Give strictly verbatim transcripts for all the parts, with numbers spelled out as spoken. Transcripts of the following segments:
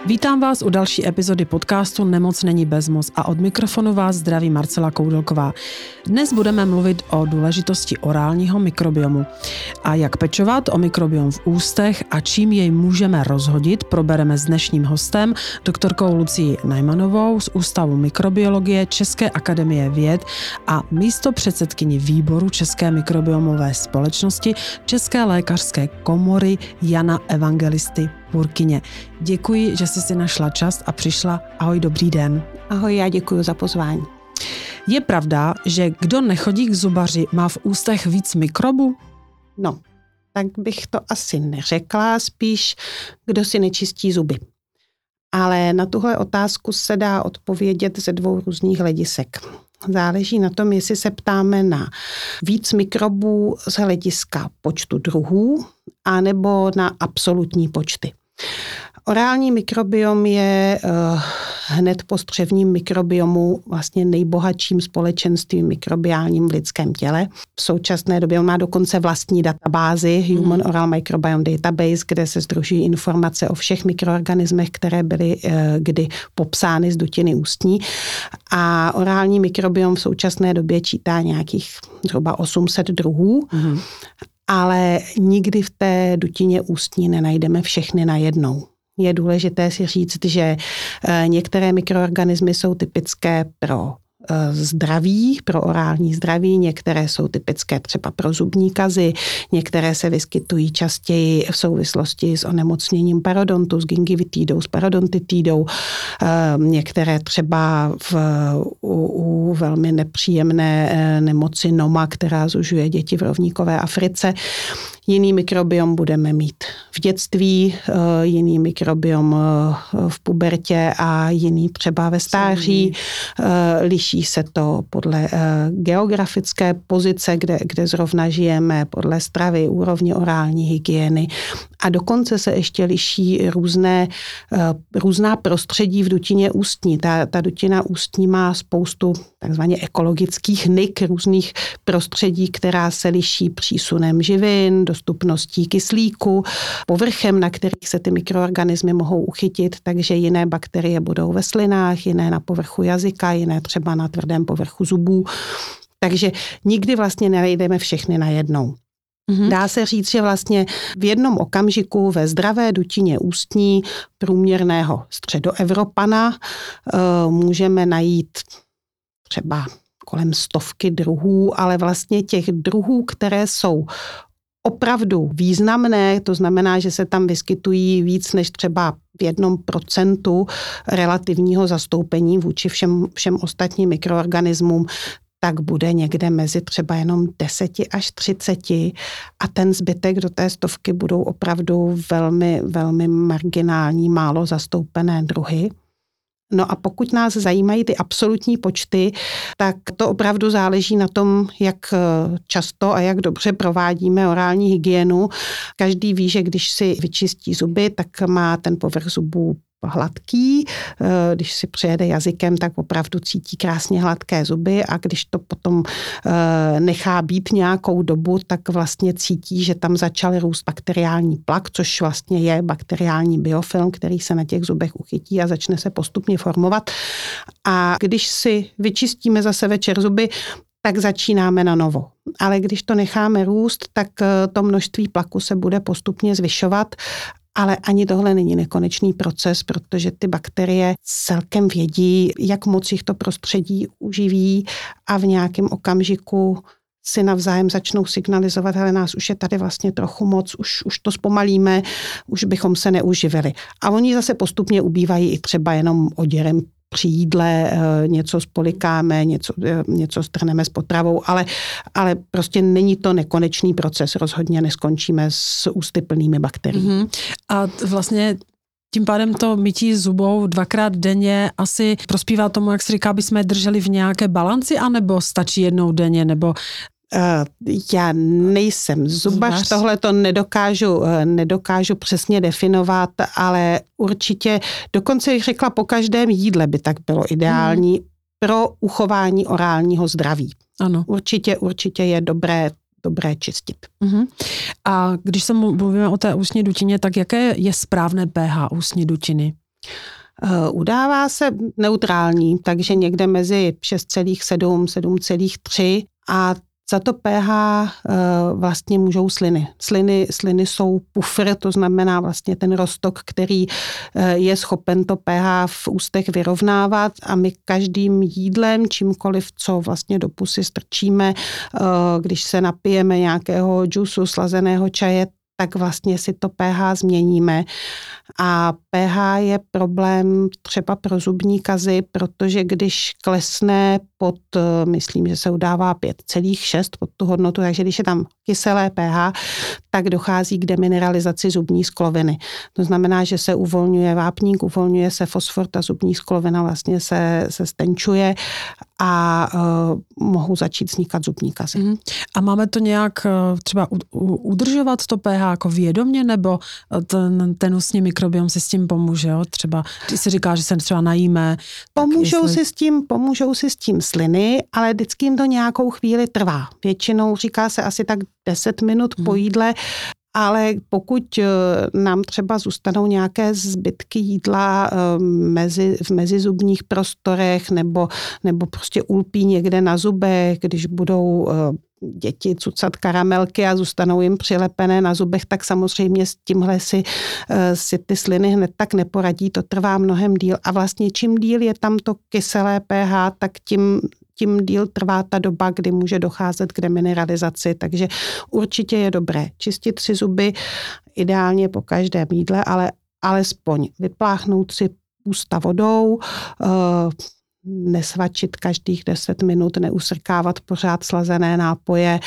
Vítám vás u další epizody podcastu Nemoc není bezmoc a od mikrofonu vás zdraví Marcela Koudelková. Dnes budeme mluvit o důležitosti orálního mikrobiomu a jak pečovat o mikrobiom v ústech a čím jej můžeme rozhodit, probereme s dnešním hostem, doktorkou Lucií Najmanovou z Ústavu mikrobiologie České akademie věd a místopředsedkyni výboru České mikrobiomové společnosti České lékařské komory Jana Evangelisty Purkyně. Děkuji, že jsi si našla čas a přišla. Ahoj, dobrý den. Ahoj, já děkuji za pozvání. Je pravda, že kdo nechodí k zubaři, má v ústech víc mikrobu? No, tak bych to asi neřekla, spíš kdo si nečistí zuby. Ale na tuhle otázku se dá odpovědět ze dvou různých hledisek. Záleží na tom, jestli se ptáme na víc mikrobů z hlediska počtu druhů, anebo na absolutní počty. Orální mikrobiom je uh, hned po střevním mikrobiomu vlastně nejbohatším společenstvím mikrobiálním v lidském těle. V současné době on má dokonce vlastní databázi, Human Oral Microbiome Database, kde se sdružují informace o všech mikroorganismech, které byly uh, kdy popsány z dutiny ústní. A orální mikrobiom v současné době čítá nějakých zhruba osm set druhů. Mm. Ale nikdy v té dutině ústní nenajdeme všechny najednou. Je důležité si říct, že některé mikroorganismy jsou typické pro zdraví, pro orální zdraví, některé jsou typické třeba pro zubní kazy, některé se vyskytují častěji v souvislosti s onemocněním parodontu, s gingivitidou, s parodontitidou, některé třeba v, u, u velmi nepříjemné nemoci noma, která zužuje děti v rovníkové Africe. Jiný mikrobiom budeme mít v dětství, jiný mikrobiom v pubertě a jiný třeba ve stáří. Liší se to podle geografické pozice, kde, kde zrovna žijeme, podle stravy, úrovně orální hygieny. A dokonce se ještě liší různé, různá prostředí v dutině ústní. Ta, ta dutina ústní má spoustu takzvaně ekologických nik, různých prostředí, která se liší přísunem živin, dostupností kyslíku, povrchem, na kterých se ty mikroorganismy mohou uchytit, takže jiné bakterie budou ve slinách, jiné na povrchu jazyka, jiné třeba na tvrdém povrchu zubů. Takže nikdy vlastně nenajdeme všechny najednou. Mm-hmm. Dá se říct, že vlastně v jednom okamžiku ve zdravé dutině ústní průměrného středoevropana uh, můžeme najít třeba kolem stovky druhů, ale vlastně těch druhů, které jsou opravdu významné, to znamená, že se tam vyskytují víc než třeba v jednom procentu relativního zastoupení vůči všem, všem ostatním mikroorganismům, tak bude někde mezi třeba jenom deseti až třiceti a ten zbytek do té stovky budou opravdu velmi, velmi marginální, málo zastoupené druhy. No a pokud nás zajímají ty absolutní počty, tak to opravdu záleží na tom, jak často a jak dobře provádíme orální hygienu. Každý ví, že když si vyčistí zuby, tak má ten povrch zubů hladký, když si přejede jazykem, tak opravdu cítí krásně hladké zuby a když to potom nechá být nějakou dobu, tak vlastně cítí, že tam začal růst bakteriální plak, což vlastně je bakteriální biofilm, který se na těch zubech uchytí a začne se postupně formovat. A když si vyčistíme zase večer zuby, tak začínáme na novo. Ale když to necháme růst, tak to množství plaku se bude postupně zvyšovat. Ale ani tohle není nekonečný proces, protože ty bakterie celkem vědí, jak moc jich to prostředí uživí a v nějakém okamžiku si navzájem začnou signalizovat, ale nás už je tady vlastně trochu moc, už, už to zpomalíme, už bychom se neuživili. A oni zase postupně ubývají i třeba jenom oděrem při jídle, něco spolikáme, něco, něco strhneme s potravou, ale, ale prostě není to nekonečný proces, rozhodně neskončíme s ústy plnými bakterií. Mm-hmm. A vlastně tím pádem to mytí zubou dvakrát denně asi prospívá tomu, jak se říká, aby jsme je drželi v nějaké balanci, anebo stačí jednou denně, nebo Já nejsem zubař, tohle to nedokážu, nedokážu přesně definovat, ale určitě, dokonce bych řekla, po každém jídle by tak bylo ideální hmm. pro uchování orálního zdraví. Ano. Určitě, určitě je dobré, dobré čistit. Uh-huh. A když se mluvíme o té ústní dutině, tak jaké je správné pH ústní dutiny? Udává se neutrální, takže někde mezi šest celá sedm, sedm celá tři a za to pH vlastně můžou sliny. Sliny. Sliny jsou pufr, to znamená vlastně ten roztok, který je schopen to pH v ústech vyrovnávat a my každým jídlem, čímkoliv, co vlastně do pusy strčíme, když se napijeme nějakého džusu, slazeného čaje, tak vlastně si to pH změníme. A pH je problém třeba pro zubní kazy, protože když klesne pod, myslím, že se udává pět celá šest pod tu hodnotu, takže když je tam kyselé pH, tak dochází k demineralizaci zubní skloviny. To znamená, že se uvolňuje vápník, uvolňuje se fosfor, ta zubní sklovina vlastně se, se stenčuje a uh, mohou začít vznikat zubní kazy. Mm. A máme to nějak uh, třeba u, u, udržovat to pH jako vědomě, nebo ten, ten ústní mikrobiom si s tím pomůže? Jo? Třeba, když si říká, že se třeba najíme. Pomůžou, jestli... si s tím, pomůžou si s tím sliny, ale vždycky jim to nějakou chvíli trvá. Většinou říká se asi tak deset minut mm. po jídle, ale pokud nám třeba zůstanou nějaké zbytky jídla mezi, v mezizubních prostorech nebo, nebo prostě ulpí někde na zubech, když budou děti cucat karamelky a zůstanou jim přilepené na zubech, tak samozřejmě s tímhle si, si ty sliny hned tak neporadí, to trvá mnohem díl a vlastně čím díl je tam to kyselé pH, tak tím tím díl trvá ta doba, kdy může docházet k demineralizaci, takže určitě je dobré čistit si zuby, ideálně po každém jídle, ale alespoň vypláchnout si ústa vodou, nesvačit každých deset minut, neusrkávat pořád slazené nápoje,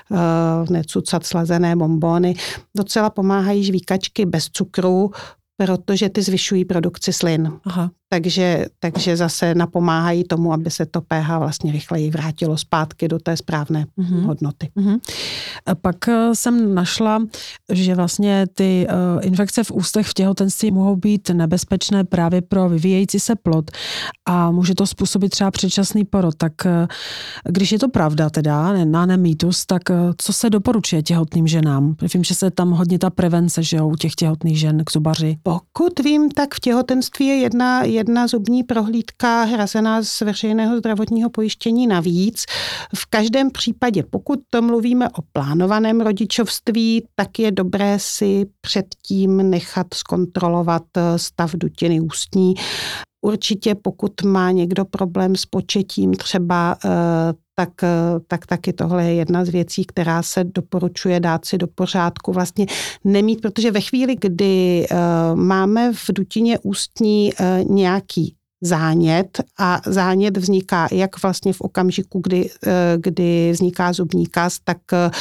necucat slazené bonbony. Docela pomáhají žvíkačky bez cukru, protože ty zvyšují produkci slin. Aha. Takže, takže zase napomáhají tomu, aby se to pH vlastně rychleji vrátilo zpátky do té správné mm-hmm. hodnoty. Mm-hmm. A pak jsem našla, že vlastně ty uh, infekce v ústech v těhotenství mohou být nebezpečné právě pro vyvíjející se plod a může to způsobit třeba předčasný porod. Tak uh, když je to pravda teda, ne, ne mýtus, tak uh, co se doporučuje těhotným ženám? Vím, že se tam hodně ta prevence, že jo, u těch těhotných žen k zubaři. Pokud vím, tak v těhotenství je jedna, jedna zubní prohlídka hrazená z veřejného zdravotního pojištění navíc. V každém případě, pokud to mluvíme o plánovaném rodičovství, tak je dobré si předtím nechat zkontrolovat stav dutiny ústní. Určitě pokud má někdo problém s početím třeba, tak, tak taky tohle je jedna z věcí, která se doporučuje dát si do pořádku. Vlastně nemít, protože ve chvíli, kdy máme v dutině ústní nějaký zánět a zánět vzniká jak vlastně v okamžiku, kdy, kdy vzniká zubní kaz, tak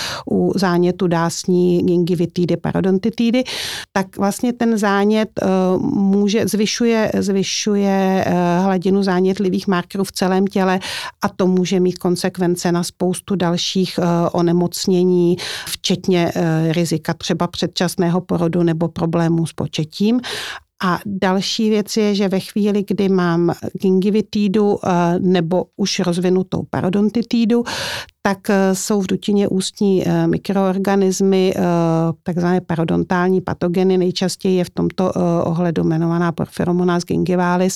u zánětu dásní gingivitidy, parodontitidy, tak vlastně ten zánět může, zvyšuje, zvyšuje hladinu zánětlivých markerů v celém těle a to může mít konsekvence na spoustu dalších onemocnění, včetně rizika třeba předčasného porodu nebo problémů s početím. A další věc je, že ve chvíli, kdy mám gingivitidu nebo už rozvinutou parodontitidu, tak jsou v dutině ústní mikroorganismy, takzvané parodontální patogeny. Nejčastěji je v tomto ohledu jmenovaná Porphyromonas gingivalis,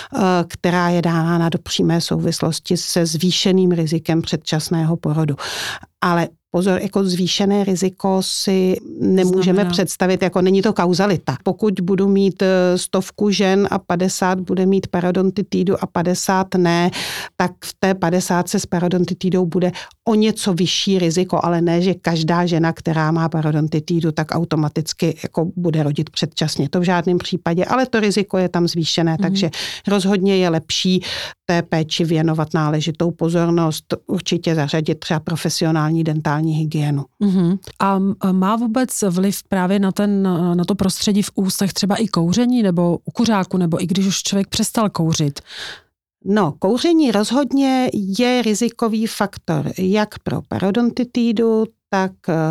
která je dávána do přímé souvislosti se zvýšeným rizikem předčasného porodu. Ale pozor, jako zvýšené riziko si nemůžeme Znamená. představit, jako není to kauzalita. Pokud budu mít stovku žen a padesát bude mít parodontitidu a padesát ne, tak v té padesátce s parodontitidou bude o něco vyšší riziko, ale ne, že každá žena, která má parodontitidu, tak automaticky jako bude rodit předčasně. To v žádném případě, ale to riziko je tam zvýšené, mm-hmm. takže rozhodně je lepší té péči věnovat náležitou pozornost, určitě zařadit třeba profesionální dentální hygienu. Mm-hmm. A má vůbec vliv právě na, ten, na to prostředí v ústech třeba i kouření nebo u kuřáku, nebo i když už člověk přestal kouřit? No, kouření rozhodně je rizikový faktor jak pro parodontitidu, tak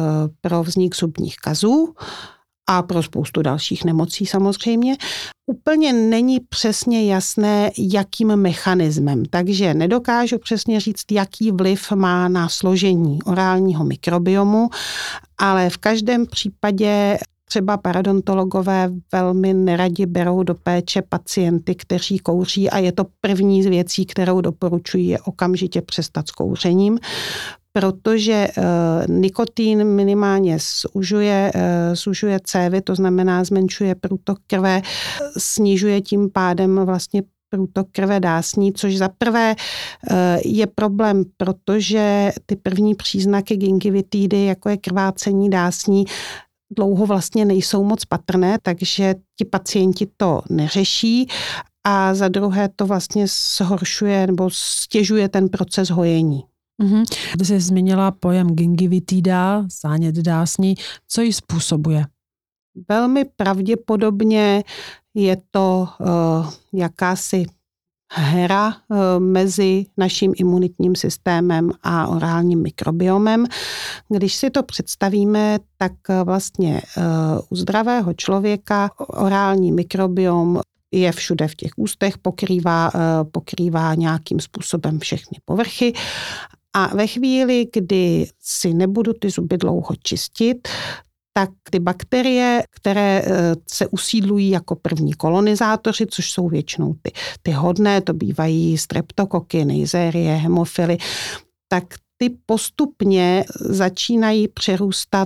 pro vznik zubních kazů a pro spoustu dalších nemocí samozřejmě. Úplně není přesně jasné, jakým mechanismem, takže nedokážu přesně říct, jaký vliv má na složení orálního mikrobiomu, ale v každém případě třeba parodontologové velmi neradi berou do péče pacienty, kteří kouří a je to první z věcí, kterou doporučují, je okamžitě přestat s kouřením, protože uh, nikotin minimálně zužuje, uh, zužuje cévy, to znamená zmenšuje průtok krve, snižuje tím pádem vlastně průtok krve dásní, což za prvé je problém, protože ty první příznaky gingivitidy, jako je krvácení dásní, dlouho vlastně nejsou moc patrné, takže ti pacienti to neřeší a za druhé to vlastně zhoršuje nebo stěžuje ten proces hojení. Mm-hmm. Ty jsi zmínila pojem gingivitida, zánět dásní. Co ji způsobuje? Velmi pravděpodobně je to uh, jakási hra uh, mezi naším imunitním systémem a orálním mikrobiomem. Když si to představíme, tak uh, vlastně uh, u zdravého člověka orální mikrobiom je všude v těch ústech, pokrývá, uh, pokrývá nějakým způsobem všechny povrchy. A ve chvíli, kdy si nebudu ty zuby dlouho čistit, tak ty bakterie, které se usídlují jako první kolonizátoři, což jsou většinou ty, ty hodné, to bývají streptokoky, neisserie, hemofily, tak ty postupně začínají přerůstat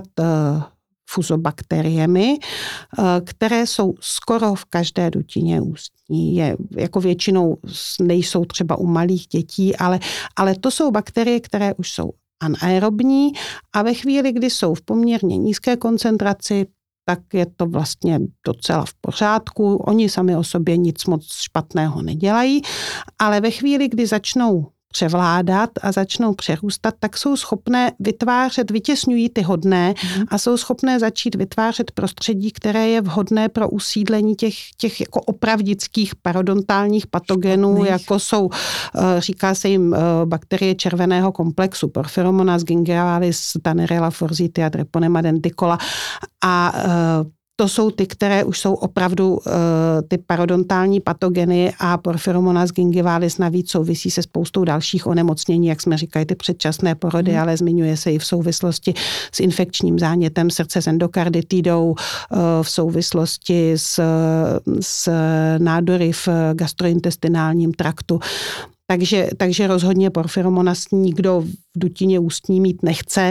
fuzobakteriemi, které jsou skoro v každé dutině ústní. Je, jako většinou nejsou třeba u malých dětí, ale, ale to jsou bakterie, které už jsou anaerobní a ve chvíli, kdy jsou v poměrně nízké koncentraci, tak je to vlastně docela v pořádku. Oni sami o sobě nic moc špatného nedělají, ale ve chvíli, kdy začnou převládat a začnou přerůstat, tak jsou schopné vytvářet, vytěsňují ty hodné mm. a jsou schopné začít vytvářet prostředí, které je vhodné pro usídlení těch, těch jako opravdických parodontálních patogenů, Špatných. jako jsou, říká se jim bakterie červeného komplexu, Porphyromonas gingivalis, Tannerella forsythia, Treponema denticola a to jsou ty, které už jsou opravdu uh, ty parodontální patogeny a Porphyromonas gingivalis navíc souvisí se spoustou dalších onemocnění, jak jsme říkali, ty předčasné porody, hmm. ale zmiňuje se i v souvislosti s infekčním zánětem srdce s endokarditidou, uh, v souvislosti s, s nádory v gastrointestinálním traktu. Takže, takže rozhodně Porphyromonas nikdo v dutině ústní mít nechce.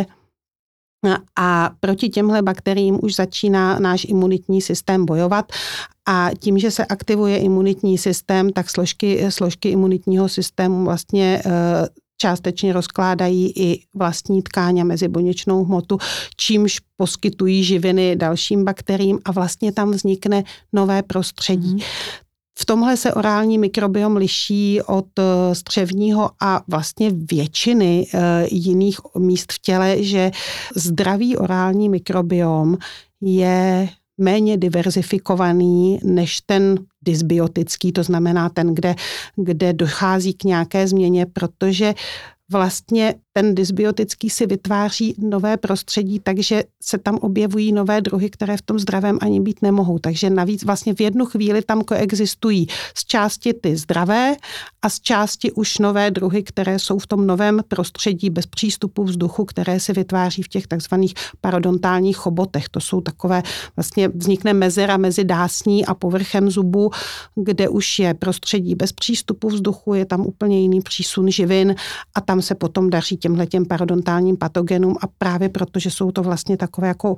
A proti těmhle bakteriím už začíná náš imunitní systém bojovat a tím, že se aktivuje imunitní systém, tak složky, složky imunitního systému vlastně částečně rozkládají i vlastní tkáň a mezibuněčnou hmotu, čímž poskytují živiny dalším bakteriím a vlastně tam vznikne nové prostředí. Mm. V tomhle se orální mikrobiom liší od střevního a vlastně většiny jiných míst v těle, že zdravý orální mikrobiom je méně diverzifikovaný než ten dysbiotický, to znamená ten, kde, kde dochází k nějaké změně, protože vlastně ten dysbiotický si vytváří nové prostředí, takže se tam objevují nové druhy, které v tom zdravém ani být nemohou. Takže navíc vlastně v jednu chvíli tam koexistují z části ty zdravé a z části už nové druhy, které jsou v tom novém prostředí bez přístupu vzduchu, které se vytváří v těch takzvaných parodontálních chobotech. To jsou takové, vlastně vznikne mezera mezi dásní a povrchem zubu, kde už je prostředí bez přístupu vzduchu, je tam úplně jiný přísun živin a tam se potom daří těmhletěm parodontálním patogenům a právě proto, že jsou to vlastně takové jako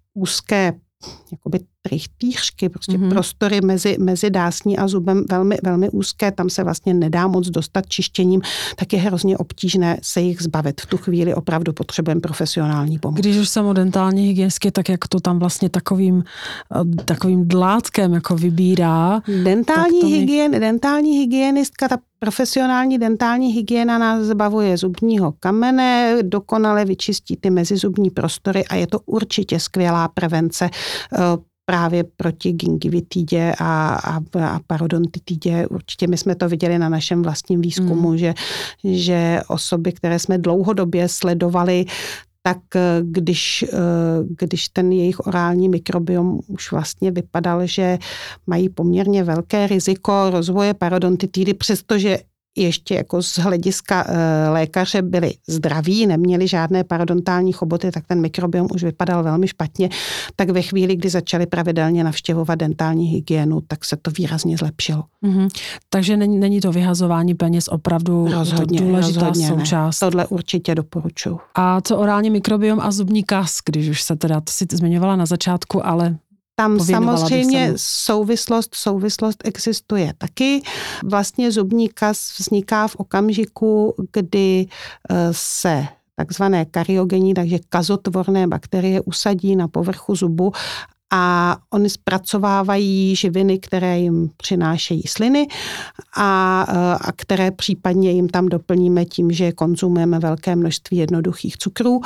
úzké jakoby trichtýřky, prostě mm-hmm. prostory mezi, mezi dásní a zubem velmi, velmi úzké, tam se vlastně nedá moc dostat čištěním, tak je hrozně obtížné se jich zbavit. V tu chvíli opravdu potřebujeme profesionální pomoc. Když už jsem o dentální hygienské, tak jak to tam vlastně takovým, takovým dlátkem jako vybírá. Dentální, mi... hygien, dentální hygienistka, ta profesionální dentální hygiena nás zbavuje zubního kamene, dokonale vyčistí ty mezizubní prostory a je to určitě skvělá prevence právě proti gingivitidě a, a, a parodontitidě. Určitě my jsme to viděli na našem vlastním výzkumu, mm. že, že osoby, které jsme dlouhodobě sledovali, tak když, když ten jejich orální mikrobiom už vlastně vypadal, že mají poměrně velké riziko rozvoje parodontitidy, přestože ještě jako z hlediska e, lékaře byli zdraví, neměli žádné parodontální choboty, tak ten mikrobiom už vypadal velmi špatně, tak ve chvíli, kdy začali pravidelně navštěvovat dentální hygienu, tak se to výrazně zlepšilo. Mm-hmm. Takže není, není to vyhazování peněz opravdu rozhodně, důležitá rozhodně součást. Ne. Tohle určitě doporučuji. A co orální mikrobiom a zubní kas, když už se teda, to si zmiňovala na začátku, ale tam samozřejmě souvislost, souvislost existuje taky. Vlastně zubní kas vzniká v okamžiku, kdy se takzvané kariogenní, takže kazotvorné bakterie usadí na povrchu zubu a oni zpracovávají živiny, které jim přinášejí sliny a, a které případně jim tam doplníme tím, že konzumujeme velké množství jednoduchých cukrů.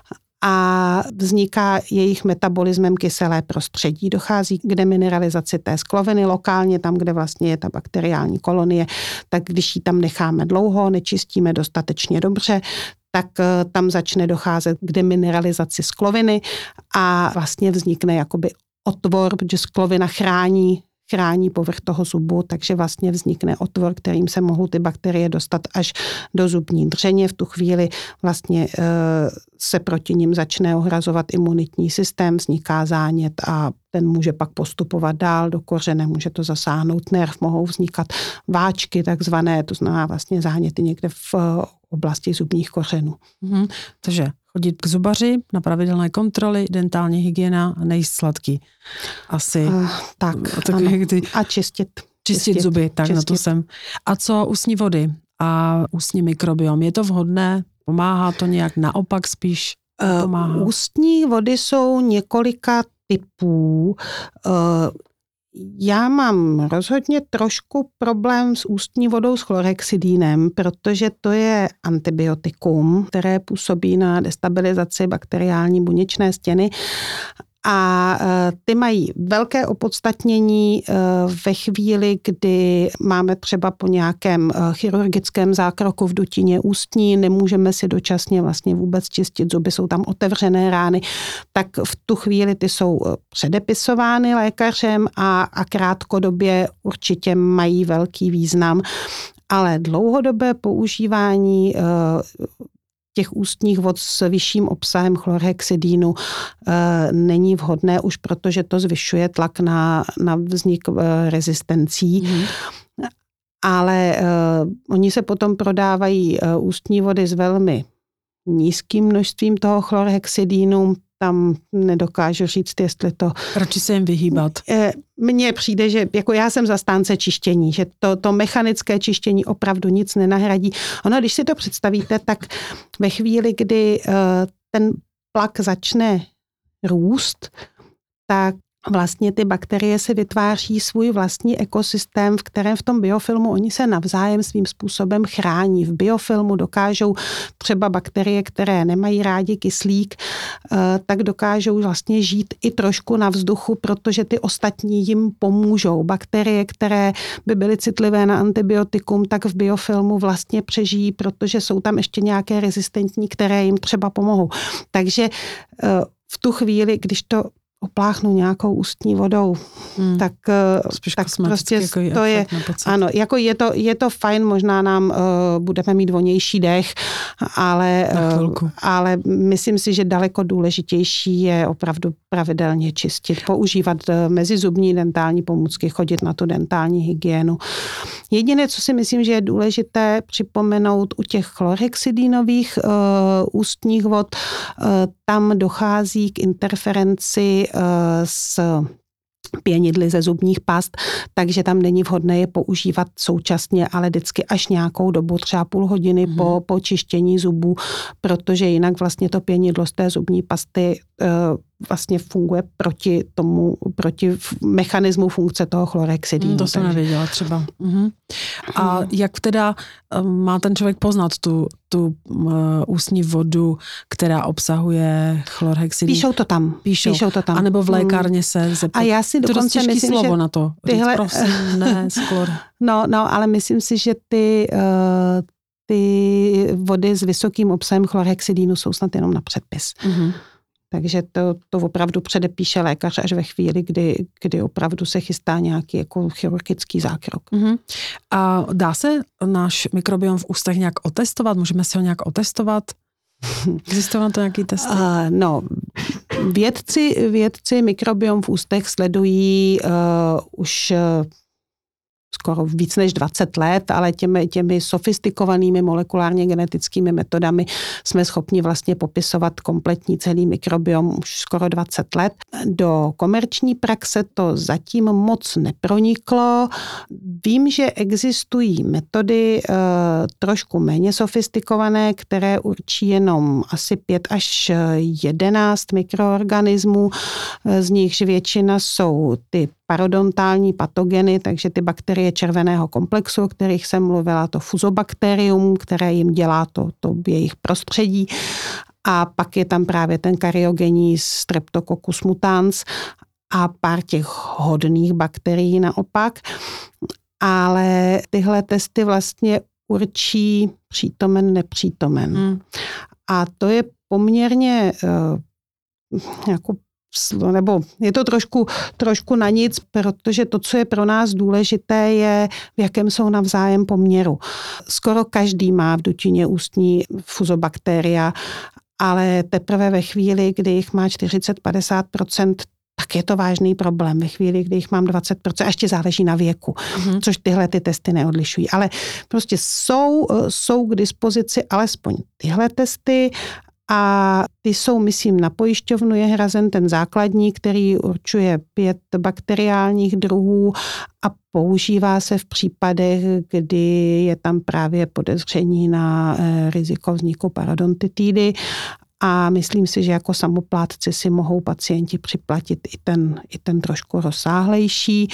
A vzniká jejich metabolismem kyselé prostředí. Dochází k demineralizaci té skloviny lokálně, tam, kde vlastně je ta bakteriální kolonie, tak když ji tam necháme dlouho, nečistíme dostatečně dobře, tak tam začne docházet k demineralizaci skloviny a vlastně vznikne jakoby otvor, protože sklovina chrání chrání povrch toho zubu, takže vlastně vznikne otvor, kterým se mohou ty bakterie dostat až do zubní dřeně. V tu chvíli vlastně e, se proti nim začne ohrazovat imunitní systém, vzniká zánět a ten může pak postupovat dál do kořene, může to zasáhnout nerv, mohou vznikat váčky takzvané, to znamená vlastně záněty někde v oblasti zubních kořenů. Mhm. Takže chodit k zubaři na pravidelné kontroly, dentální hygiena a nejíst sladký. Asi. Uh, tak, tak ano. Kdy... A čistit. Čistit, čistit zuby, tak čistit. Na to jsem. A co ústní vody a ústní mikrobiom? Je to vhodné? Pomáhá to nějak? Naopak spíš pomáhá? Uh, ústní vody jsou několika typů. Uh, Já mám rozhodně trošku problém s ústní vodou s chlorhexidínem, protože to je antibiotikum, které působí na destabilizaci bakteriální buněčné stěny a ty mají velké opodstatnění ve chvíli, kdy máme třeba po nějakém chirurgickém zákroku v dutině ústní, nemůžeme si dočasně vlastně vůbec čistit zuby, jsou tam otevřené rány, tak v tu chvíli ty jsou předepisovány lékařem a, a krátkodobě určitě mají velký význam, ale dlouhodobé používání těch ústních vod s vyšším obsahem chlorhexidínu e, není vhodné už, protože to zvyšuje tlak na, na vznik e, rezistencí. Mm. Ale e, oni se potom prodávají e, ústní vody s velmi nízkým množstvím toho chlorhexidínu. Tam nedokážu říct, jestli to... Radši se jim vyhýbat. Mně přijde, že jako já jsem zastánce čištění, že to, to mechanické čištění opravdu nic nenahradí. Ono, když si to představíte, tak ve chvíli, kdy uh, ten plak začne růst, tak vlastně ty bakterie si vytváří svůj vlastní ekosystém, v kterém v tom biofilmu oni se navzájem svým způsobem chrání. V biofilmu dokážou třeba bakterie, které nemají rádi kyslík, tak dokážou vlastně žít i trošku na vzduchu, protože ty ostatní jim pomůžou. Bakterie, které by byly citlivé na antibiotikum, tak v biofilmu vlastně přežijí, protože jsou tam ještě nějaké rezistentní, které jim třeba pomohou. Takže v tu chvíli, když to opláchnu nějakou ústní vodou, hmm. tak, tak prostě jako to je, ano, jako je to, je to fajn, možná nám uh, budeme mít vonější dech, ale, uh, ale myslím si, že daleko důležitější je opravdu pravidelně čistit, používat uh, mezizubní dentální pomůcky, chodit na tu dentální hygienu. Jediné, co si myslím, že je důležité připomenout u těch chlorhexidínových uh, ústních vod, uh, tam dochází k interferenci uh, s pěnidly ze zubních past, takže tam není vhodné je používat současně, ale vždycky až nějakou dobu, třeba půl hodiny mm. po, po čištění zubů, protože jinak vlastně to pěnidlo z té zubní pasty uh, vlastně funguje proti tomu, proti mechanismu funkce toho chlorhexidínu. To jsem nevěděla třeba. Uh-huh. A uh-huh. jak teda má ten člověk poznat tu, tu uh, ústní vodu, která obsahuje chlorhexidín? Píšou to tam. Píšou. Píšou to tam. A nebo v lékárně se zeptat. A já si dokonce to myslím, slovo že na to. Tyhle... Říct, prosím, ne, sklor. No, no, ale myslím si, že ty... Uh, ty vody s vysokým obsahem chlorhexidínu jsou snad jenom na předpis. Uh-huh. Takže to, to opravdu předepíše lékař až ve chvíli, kdy, kdy opravdu se chystá nějaký jako chirurgický zákrok. Uh-huh. A dá se náš mikrobiom v ústech nějak otestovat? Můžeme si ho nějak otestovat? Existují na to nějaký testy? Uh, no, vědci, vědci mikrobiom v ústech sledují uh, už uh, skoro víc než dvacet let, ale těmi, těmi sofistikovanými molekulárně genetickými metodami jsme schopni vlastně popisovat kompletní celý mikrobiom už skoro dvacet let. Do komerční praxe to zatím moc neproniklo. Vím, že existují metody e, trošku méně sofistikované, které určí jenom asi pět až jedenáct mikroorganismů, z nichž většina jsou ty parodontální patogeny, takže ty bakterie červeného komplexu, o kterých jsem mluvila, to fuzobakterium, které jim dělá to, to jejich prostředí. A pak je tam právě ten kariogenní Streptococcus mutans a pár těch hodných bakterií naopak. Ale tyhle testy vlastně určí přítomen, nepřítomen. Hmm. A to je poměrně uh, jako nebo je to trošku, trošku na nic, protože to, co je pro nás důležité, je, v jakém jsou navzájem poměru. Skoro každý má v dutině ústní fuzobakteria, ale teprve ve chvíli, kdy jich má čtyřicet až padesát procent, tak je to vážný problém. Ve chvíli, kdy jich mám dvacet procent, a ještě záleží na věku, mm-hmm. což tyhle ty testy neodlišují. Ale prostě jsou, jsou k dispozici alespoň tyhle testy. A ty jsou, myslím, na pojišťovnu je hrazen ten základní, který určuje pět bakteriálních druhů a používá se v případech, kdy je tam právě podezření na riziko vzniku parodontitidy. A myslím si, že jako samoplátci si mohou pacienti připlatit i ten, i ten trošku rozsáhlejší.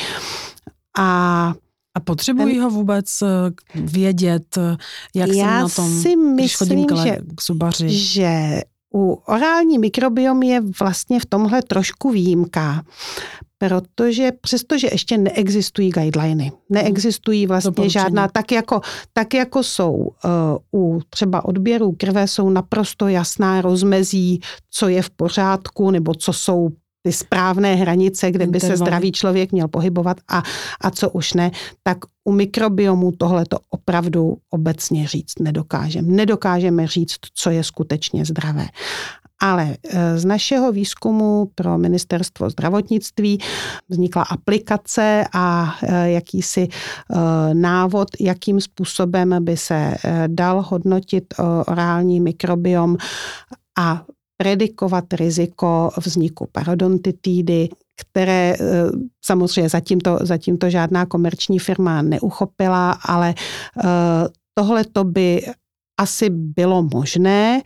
A A potřebují ten, ho vůbec vědět, jak jsem na tom, si myslím, když chodím k, le, k zubaři? Že u orální mikrobiom je vlastně v tomhle trošku výjimka, protože přestože ještě neexistují guideliny, neexistují vlastně žádná, tak jako, tak jako jsou uh, u třeba odběru krve jsou naprosto jasná rozmezí, co je v pořádku, nebo co jsou ty správné hranice, kde by se zdravý člověk měl pohybovat a, a co už ne, tak u mikrobiomu tohle to opravdu obecně říct nedokážeme. Nedokážeme říct, co je skutečně zdravé. Ale z našeho výzkumu pro ministerstvo zdravotnictví vznikla aplikace a jakýsi návod, jakým způsobem by se dal hodnotit orální mikrobiom a predikovat riziko vzniku parodontitidy, které samozřejmě zatím to, zatím to žádná komerční firma neuchopila, ale tohle to by asi bylo možné.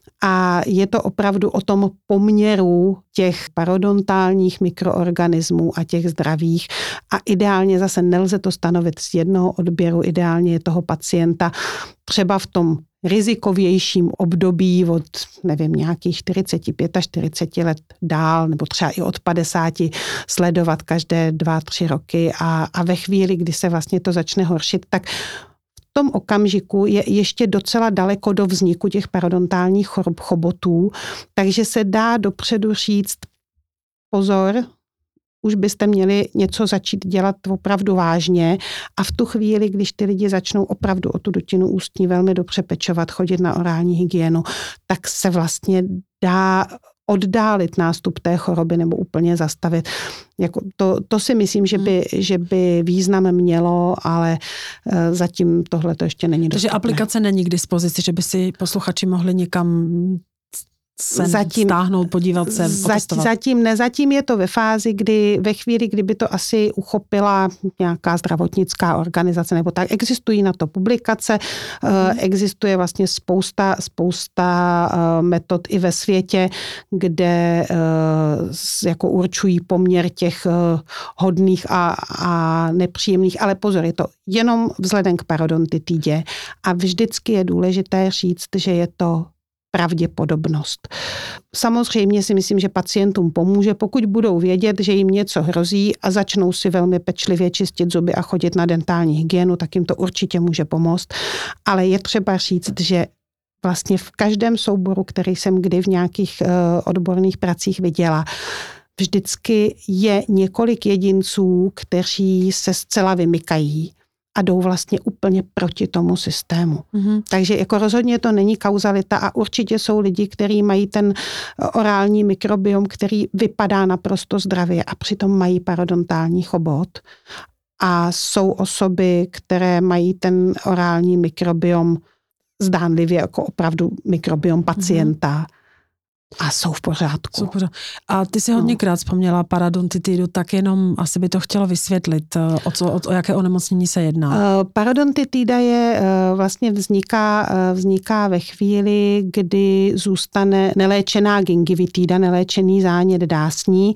A je to opravdu o tom poměru těch parodontálních mikroorganismů a těch zdravých. A ideálně zase nelze to stanovit z jednoho odběru, ideálně je toho pacienta třeba v tom rizikovějším období od, nevím, nějakých čtyřicet pět až čtyřicet let dál, nebo třeba i od padesáti sledovat každé dva, tři roky a, a ve chvíli, kdy se vlastně to začne horšit, tak v tom okamžiku je ještě docela daleko do vzniku těch parodontálních chorob chobotů, takže se dá dopředu říct, pozor, už byste měli něco začít dělat opravdu vážně a v tu chvíli, když ty lidi začnou opravdu o tu dutinu ústní velmi dobře pečovat, chodit na orální hygienu, tak se vlastně dá oddálit nástup té choroby nebo úplně zastavit. Jako to, to si myslím, že by, že by význam mělo, ale zatím tohle to ještě není dostupné. Takže aplikace není k dispozici, že by si posluchači mohli někam se zatím, stáhnout, podívat se, potestovat. Zatím ne, zatím je to ve fázi, kdy ve chvíli, kdyby to asi uchopila nějaká zdravotnická organizace nebo tak, existují na to publikace, hmm. existuje vlastně spousta, spousta metod i ve světě, kde jako určují poměr těch hodných a, a nepříjemných, ale pozor, je to jenom vzhledem k parodontitidě a vždycky je důležité říct, že je to pravděpodobnost. Samozřejmě si myslím, že pacientům pomůže, pokud budou vědět, že jim něco hrozí a začnou si velmi pečlivě čistit zuby a chodit na dentální hygienu, tak jim to určitě může pomoct. Ale je třeba říct, že vlastně v každém souboru, který jsem kdy v nějakých uh, odborných pracích viděla, vždycky je několik jedinců, kteří se zcela vymykají a jdou vlastně úplně proti tomu systému. Mm-hmm. Takže jako rozhodně to není kauzalita a určitě jsou lidi, kteří mají ten orální mikrobiom, který vypadá naprosto zdravě a přitom mají parodontální chobot. A jsou osoby, které mají ten orální mikrobiom zdánlivě jako opravdu mikrobiom pacienta. Mm-hmm. A jsou v pořádku. Super. A ty si hodněkrát vzpomněla parodontitidu, tak jenom asi by to chtělo vysvětlit, o, co, o, o jaké onemocnění se jedná. Uh, parodontitida je uh, vlastně vzniká, uh, vzniká ve chvíli, kdy zůstane neléčená gingivitída, neléčený zánět dásní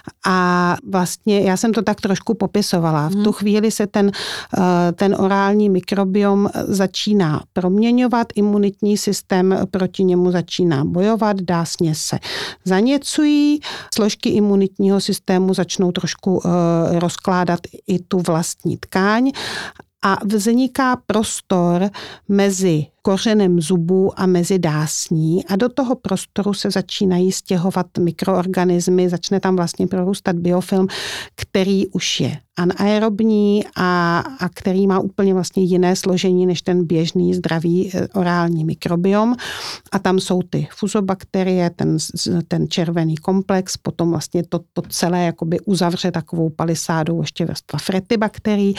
a vlastně já jsem to tak trošku popisovala. V hmm. tu chvíli se ten, uh, ten orální mikrobiom začíná proměňovat, imunitní systém proti němu začíná bojovat, dásně se zaněcují, složky imunitního systému začnou trošku uh, rozkládat i tu vlastní tkáň a vzniká prostor mezi kořenem zubu a mezi dásní a do toho prostoru se začínají stěhovat mikroorganismy, začne tam vlastně prorůstat biofilm, který už je anaerobní a, a který má úplně vlastně jiné složení než ten běžný zdravý orální mikrobiom. A tam jsou ty fuzobakterie, ten, ten červený komplex, potom vlastně to, to celé jakoby uzavře takovou palisádou ještě vrstva fretibakterií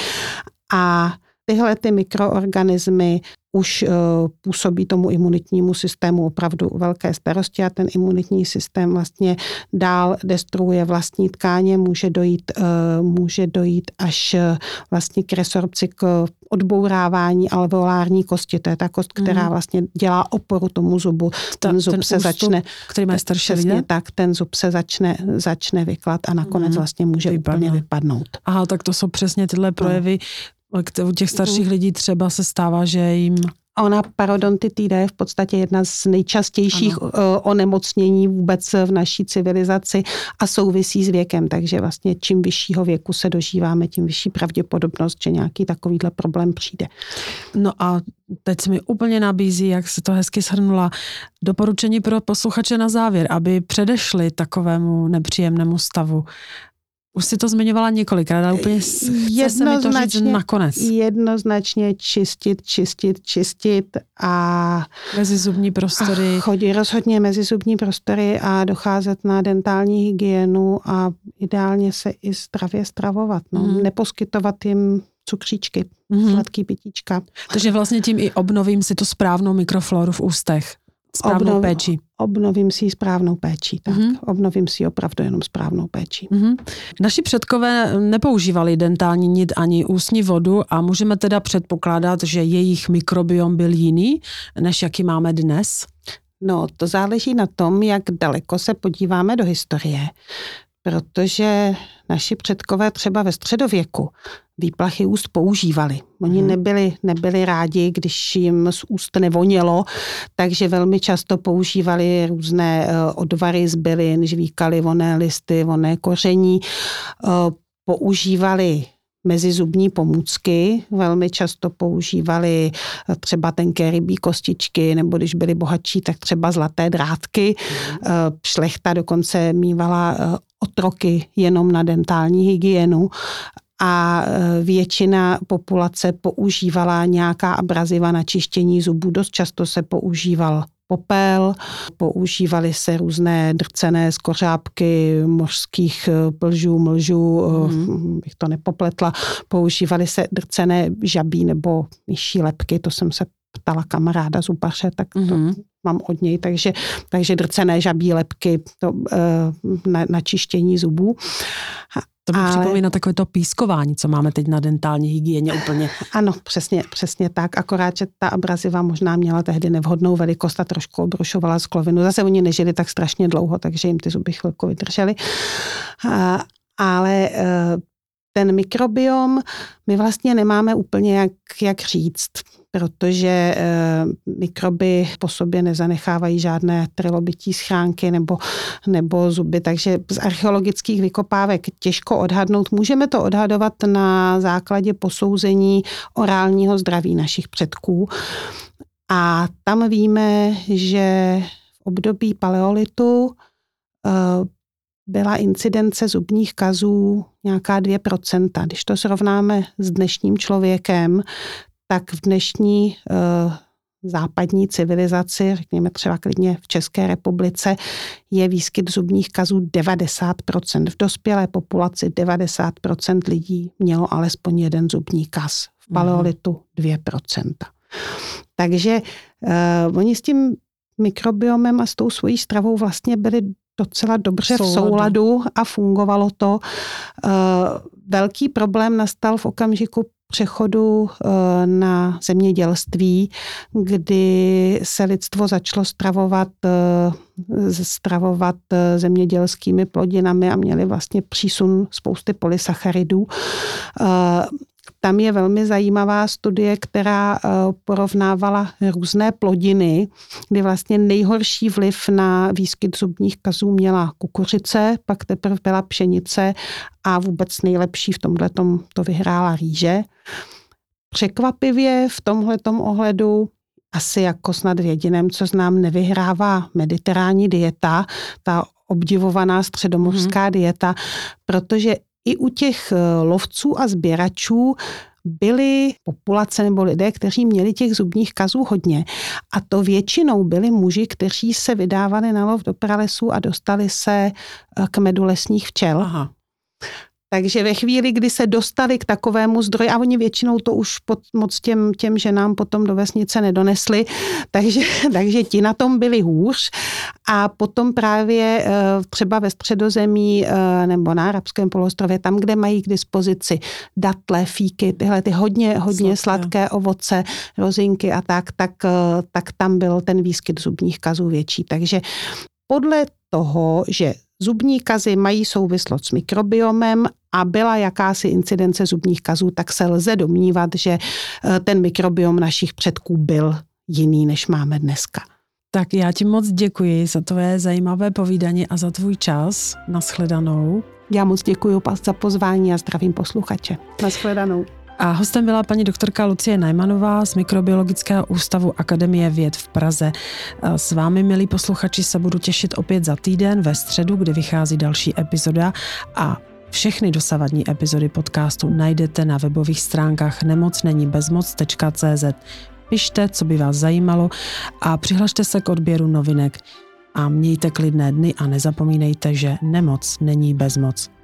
a tyhle ty mikroorganismy už uh, působí tomu imunitnímu systému opravdu velké starosti a ten imunitní systém vlastně dál destruuje vlastní tkáně, může dojít, uh, může dojít až uh, vlastně k resorpci, k odbourávání alveolární kosti. To je ta kost, která vlastně dělá oporu tomu zubu. Ten zub ten se ústup, začne, který má starší lidé? Tak, ten zub se začne, začne vyklat a nakonec vlastně může Vypadne. úplně vypadnout. Aha, tak to jsou přesně tyhle projevy. U těch starších lidí třeba se stává, že jim... Ona parodontitida je v podstatě jedna z nejčastějších ano. onemocnění vůbec v naší civilizaci a souvisí s věkem, takže vlastně čím vyššího věku se dožíváme, tím vyšší pravděpodobnost, že nějaký takovýhle problém přijde. No a teď se mi úplně nabízí, jak se to hezky shrnula, doporučení pro posluchače na závěr, aby předešli takovému nepříjemnému stavu. Už si to zmiňovala několikrát, ale úplně chce se mi to říct nakonec. Jednoznačně čistit, čistit, čistit a... Mezizubní prostory. Chodí rozhodně mezizubní prostory a docházet na dentální hygienu a ideálně se i zdravě stravovat. No. Mm. Neposkytovat jim cukříčky, mm. sladký pitíčka. Takže vlastně tím i obnovím si tu správnou mikrofloru v ústech. Správnou Obnov, péči. Obnovím si správnou péči, tak. Mm-hmm. Obnovím si opravdu jenom správnou péči. Mm-hmm. Naši předkové nepoužívali dentální nit ani ústní vodu a můžeme teda předpokládat, že jejich mikrobiom byl jiný, než jaký máme dnes? No, to záleží na tom, jak daleko se podíváme do historie, protože naši předkové třeba ve středověku výplachy úst používali. Oni hmm. nebyli, nebyli rádi, když jim z úst nevonělo, takže velmi často používali různé odvary z bylin, žvíkali voné listy, voné koření, používali mezizubní pomůcky, velmi často používali třeba tenké rybí kostičky, nebo když byli bohatší, tak třeba zlaté drátky. Hmm. Šlechta dokonce mívala otroky jenom na dentální hygienu a většina populace používala nějaká abraziva na čištění zubů. Dost často se používal popel, používaly se různé drcené skořápky mořských plžů, mlžů, mm. bych to nepopletla, používaly se drcené žabí nebo myší lebky, to jsem se ptala kamaráda zubaře, tak to mm. mám od něj, takže, takže drcené žabí lebky to, na, na čištění zubů. To mi ale... připomíná takové to pískování, co máme teď na dentální hygieně úplně. Ano, přesně, přesně tak. Akorát, že ta abraziva možná měla tehdy nevhodnou velikost a trošku obrušovala sklovinu. Zase oni nežili tak strašně dlouho, takže jim ty zuby chvilku vydržely. A, ale ten mikrobiom my vlastně nemáme úplně jak, jak říct, protože e, mikroby po sobě nezanechávají žádné trilobití schránky nebo, nebo zuby, takže z archeologických vykopávek těžko odhadnout. Můžeme to odhadovat na základě posouzení orálního zdraví našich předků. A tam víme, že v období paleolitu byla incidence zubních kazů nějaká dvě procenta. Když to srovnáme s dnešním člověkem, tak v dnešní uh, západní civilizaci, řekněme třeba klidně v České republice, je výskyt zubních kazů devadesát procent. V dospělé populaci devadesát procent lidí mělo alespoň jeden zubní kaz. V paleolitu dvě procenta. Takže uh, oni s tím mikrobiomem a s tou svojí stravou vlastně byli docela dobře v souladu a fungovalo to. Velký problém nastal v okamžiku přechodu na zemědělství, kdy se lidstvo začalo stravovat, stravovat zemědělskými plodinami a měli vlastně přísun spousty polysacharidů. Tam je velmi zajímavá studie, která porovnávala různé plodiny, kdy vlastně nejhorší vliv na výskyt zubních kazů měla kukuřice, pak teprve byla pšenice a vůbec nejlepší v tomhletom to vyhrála rýže. Překvapivě v tomhletom ohledu asi jako snad v jediném, co znám, nevyhrává mediteránní dieta, ta obdivovaná středomořská hmm. dieta, protože i u těch lovců a sběračů byly populace nebo lidé, kteří měli těch zubních kazů hodně. A to většinou byli muži, kteří se vydávali na lov do pralesů a dostali se k medu lesních včel. Aha. Takže ve chvíli, kdy se dostali k takovému zdroji, a oni většinou to už pod, moc těm, těm ženám potom do vesnice nedonesli, takže, takže ti na tom byli hůř. A potom právě třeba ve Středozemí nebo na Arabském poloostrově, tam, kde mají k dispozici datle, fíky, tyhle ty hodně, hodně sladké, sladké ovoce, rozinky a tak, tak, tak tam byl ten výskyt zubních kazů větší. Takže podle toho, že zubní kazy mají souvislost s mikrobiomem a byla jakási incidence zubních kazů, tak se lze domnívat, že ten mikrobiom našich předků byl jiný, než máme dneska. Tak já ti moc děkuji za tvoje zajímavé povídání a za tvůj čas. Nashledanou. Já moc děkuji za pozvání a zdravím posluchače. Nashledanou. A hostem byla paní doktorka Lucie Najmanová z Mikrobiologického ústavu Akademie věd v Praze. S vámi, milí posluchači, se budu těšit opět za týden ve středu, kdy vychází další epizoda a všechny dosavadní epizody podcastu najdete na webových stránkách nemocnenibezmoc tečka cé zet. Pište, co by vás zajímalo a přihlašte se k odběru novinek. A mějte klidné dny a nezapomínejte, že nemoc není bezmoc.